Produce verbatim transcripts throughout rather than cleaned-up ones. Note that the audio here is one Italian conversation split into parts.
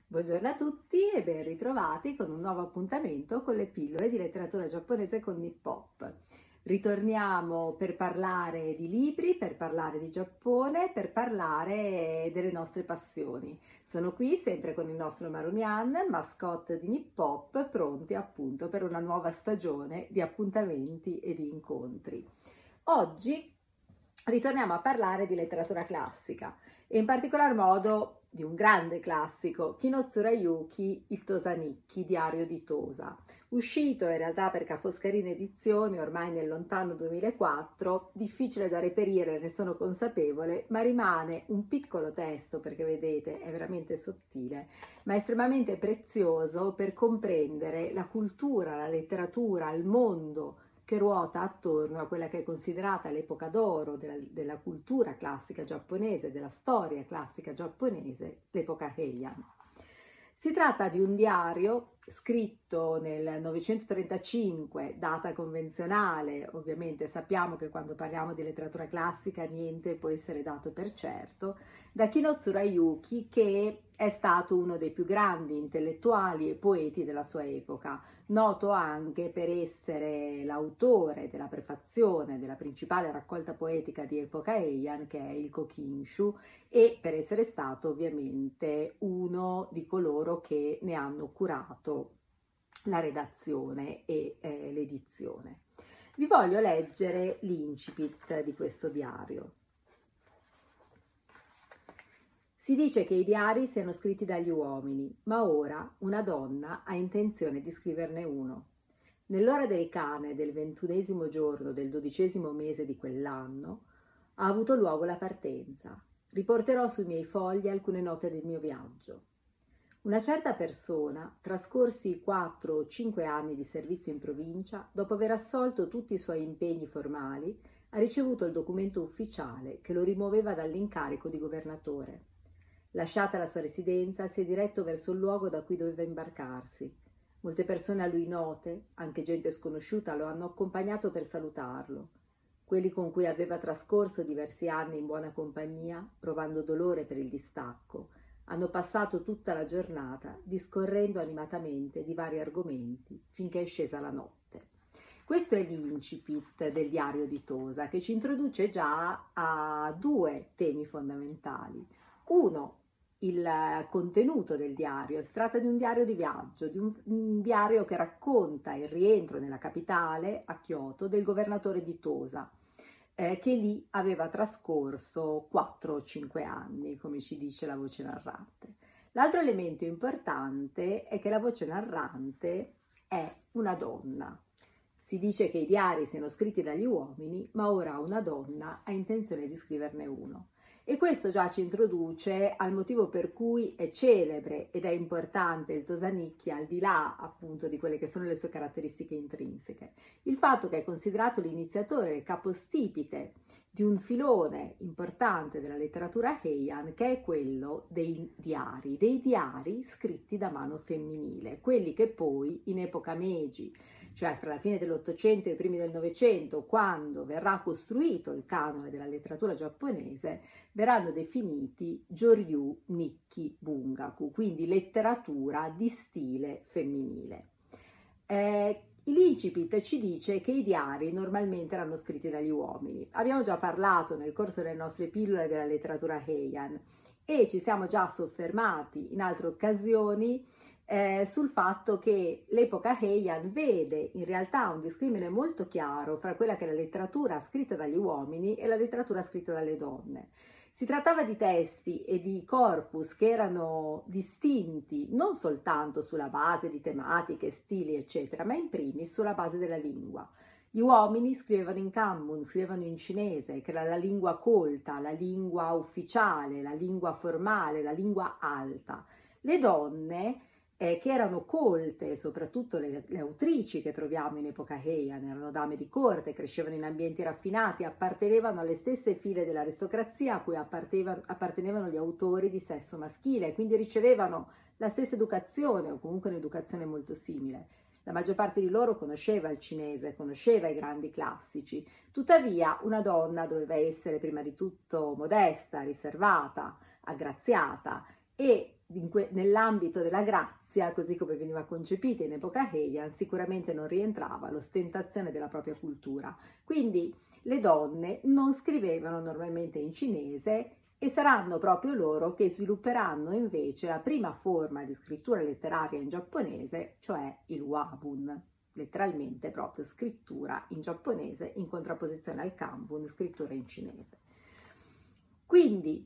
Buongiorno a tutti e ben ritrovati con un nuovo appuntamento con le pillole di letteratura giapponese con Nippop. Ritorniamo per parlare di libri, per parlare di Giappone, per parlare delle nostre passioni. Sono qui sempre con il nostro Marunian, mascotte di Nippop, pronti appunto per una nuova stagione di appuntamenti e di incontri. Oggi ritorniamo a parlare di letteratura classica e in particolar modo di un grande classico, Kinozura Yuki, il Tosanikki, Diario di Tosa, uscito in realtà per Ca' Foscarina Edizioni ormai nel lontano duemilaquattro, difficile da reperire, ne sono consapevole, ma rimane un piccolo testo, perché vedete è veramente sottile, ma estremamente prezioso per comprendere la cultura, la letteratura, il mondo che ruota attorno a quella che è considerata l'epoca d'oro della, della cultura classica giapponese, della storia classica giapponese, l'epoca Heian. Si tratta di un diario scritto nel novecentotrentacinque, data convenzionale, ovviamente sappiamo che quando parliamo di letteratura classica niente può essere dato per certo, da Kinozura Yuki, che è stato uno dei più grandi intellettuali e poeti della sua epoca, noto anche per essere l'autore della prefazione della principale raccolta poetica di epoca Heian, che è il Kokinshu, e per essere stato ovviamente uno di coloro che ne hanno curato la redazione e eh, l'edizione. Vi voglio leggere l'incipit di questo diario. Si dice che i diari siano scritti dagli uomini, ma ora una donna ha intenzione di scriverne uno. Nell'ora del cane del ventunesimo giorno del dodicesimo mese di quell'anno ha avuto luogo la partenza. Riporterò sui miei fogli alcune note del mio viaggio. Una certa persona, trascorsi i quattro o cinque anni di servizio in provincia, dopo aver assolto tutti i suoi impegni formali, ha ricevuto il documento ufficiale che lo rimuoveva dall'incarico di governatore. Lasciata la sua residenza, si è diretto verso il luogo da cui doveva imbarcarsi. Molte persone a lui note, anche gente sconosciuta, lo hanno accompagnato per salutarlo. Quelli con cui aveva trascorso diversi anni in buona compagnia, provando dolore per il distacco, hanno passato tutta la giornata discorrendo animatamente di vari argomenti finché è scesa la notte. Questo è l'incipit del diario di Tosa, che ci introduce già a due temi fondamentali. Uno, il contenuto del diario. Si tratta di un diario di viaggio, di un, un diario che racconta il rientro nella capitale, a Kyoto, del governatore di Tosa, eh, che lì aveva trascorso quattro o cinque anni, come ci dice la voce narrante. L'altro elemento importante è che la voce narrante è una donna. Si dice che i diari siano scritti dagli uomini, ma ora una donna ha intenzione di scriverne uno. E questo già ci introduce al motivo per cui è celebre ed è importante il Tosanikki, al di là appunto di quelle che sono le sue caratteristiche intrinseche. Il fatto che è considerato l'iniziatore, il capostipite di un filone importante della letteratura Heian, che è quello dei diari, dei diari scritti da mano femminile, quelli che poi in epoca Meiji, cioè fra la fine dell'Ottocento e i primi del Novecento, quando verrà costruito il canone della letteratura giapponese, verranno definiti Joryu Nikki Bungaku, quindi letteratura di stile femminile. Eh, L'incipit ci dice che i diari normalmente erano scritti dagli uomini. Abbiamo già parlato nel corso delle nostre pillole della letteratura Heian e ci siamo già soffermati in altre occasioni Eh, sul fatto che l'epoca Heian vede in realtà un discrimine molto chiaro fra quella che è la letteratura scritta dagli uomini e la letteratura scritta dalle donne. Si trattava di testi e di corpus che erano distinti non soltanto sulla base di tematiche, stili, eccetera, ma in primis sulla base della lingua. Gli uomini scrivevano in Kanbun, scrivevano in cinese, che era la lingua colta, la lingua ufficiale, la lingua formale, la lingua alta. Le donne Eh, che erano colte, soprattutto le, le autrici che troviamo in epoca Heian, erano dame di corte, crescevano in ambienti raffinati, appartenevano alle stesse file dell'aristocrazia a cui appartenevano gli autori di sesso maschile, quindi ricevevano la stessa educazione o comunque un'educazione molto simile. La maggior parte di loro conosceva il cinese, conosceva i grandi classici, tuttavia una donna doveva essere prima di tutto modesta, riservata, aggraziata e nell'ambito della grazia, così come veniva concepita in epoca Heian, sicuramente non rientrava l'ostentazione della propria cultura. Quindi le donne non scrivevano normalmente in cinese e saranno proprio loro che svilupperanno invece la prima forma di scrittura letteraria in giapponese, cioè il wabun, letteralmente proprio scrittura in giapponese in contrapposizione al kanbun, scrittura in cinese. Quindi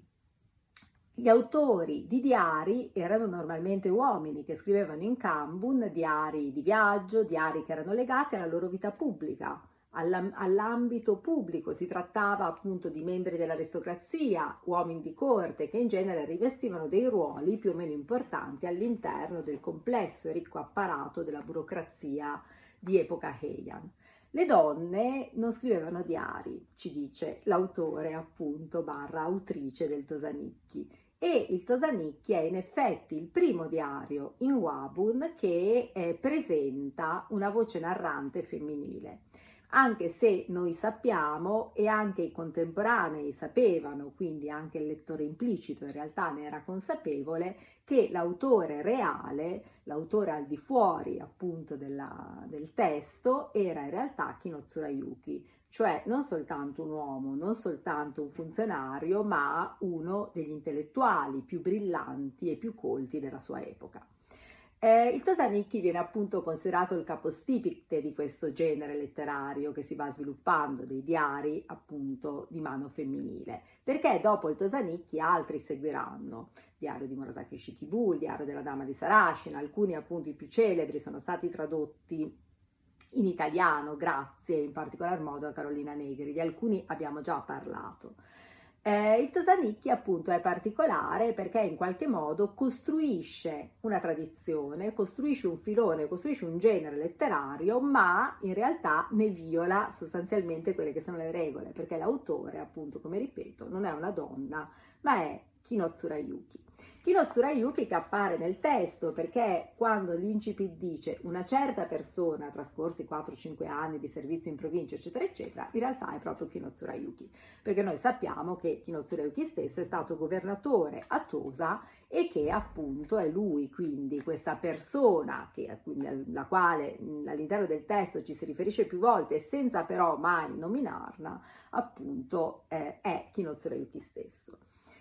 gli autori di diari erano normalmente uomini che scrivevano in kanbun diari di viaggio, diari che erano legati alla loro vita pubblica, all'ambito pubblico. Si trattava appunto di membri dell'aristocrazia, uomini di corte, che in genere rivestivano dei ruoli più o meno importanti all'interno del complesso e ricco apparato della burocrazia di epoca Heian. Le donne non scrivevano diari, ci dice l'autore appunto barra autrice del Tosanikki, e il Tosanikki è in effetti il primo diario in wabun che eh, presenta una voce narrante femminile. Anche se noi sappiamo, e anche i contemporanei sapevano, quindi anche il lettore implicito in realtà ne era consapevole, che l'autore reale, l'autore al di fuori appunto della, del testo, era in realtà Kino Tsurayuki, cioè non soltanto un uomo, non soltanto un funzionario, ma uno degli intellettuali più brillanti e più colti della sua epoca. Eh, il Tosanikki viene appunto considerato il capostipite di questo genere letterario che si va sviluppando, dei diari appunto di mano femminile, perché dopo il Tosanikki altri seguiranno. Il diario di Murasaki Shikibu, il diario della Dama di Sarashina, alcuni appunto i più celebri sono stati tradotti in italiano grazie in particolar modo a Carolina Negri, di alcuni abbiamo già parlato. Eh, il Tosanikki appunto è particolare perché in qualche modo costruisce una tradizione, costruisce un filone, costruisce un genere letterario, ma in realtà ne viola sostanzialmente quelle che sono le regole, perché l'autore appunto, come ripeto, non è una donna, ma è Kino Tsurayuki. Kino Tsurayuki che appare nel testo perché quando l'incipit dice una certa persona trascorsi quattro cinque anni di servizio in provincia eccetera eccetera, in realtà è proprio Kino Tsurayuki, perché noi sappiamo che Kino Tsurayuki stesso è stato governatore a Tosa e che appunto è lui, quindi questa persona che, la quale all'interno del testo ci si riferisce più volte senza però mai nominarla, appunto eh, è Kino Tsurayuki stesso.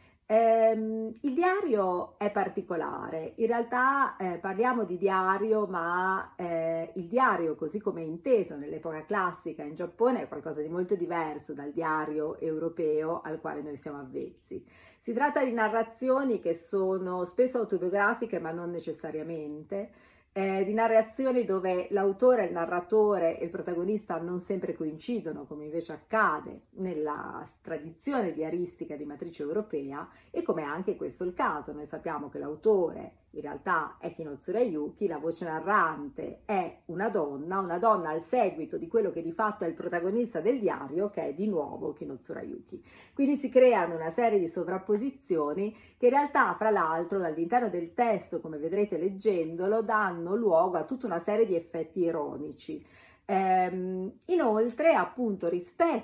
Eh, il diario è particolare, in realtà eh, parliamo di diario, ma eh, il diario così come è inteso nell'epoca classica in Giappone è qualcosa di molto diverso dal diario europeo al quale noi siamo avvezzi. Si tratta di narrazioni che sono spesso autobiografiche ma non necessariamente, Eh, di narrazioni dove l'autore, il narratore e il protagonista non sempre coincidono, come invece accade nella tradizione diaristica di matrice europea, e come è anche questo il caso. Noi sappiamo che l'autore in realtà è Kino Tsurayuki, la voce narrante è una donna, una donna al seguito di quello che di fatto è il protagonista del diario, che è di nuovo Kino Tsurayuki. Quindi si creano una serie di sovrapposizioni che in realtà, fra l'altro, all'interno del testo, come vedrete leggendolo, danno luogo a tutta una serie di effetti ironici. Ehm, inoltre, appunto, rispetto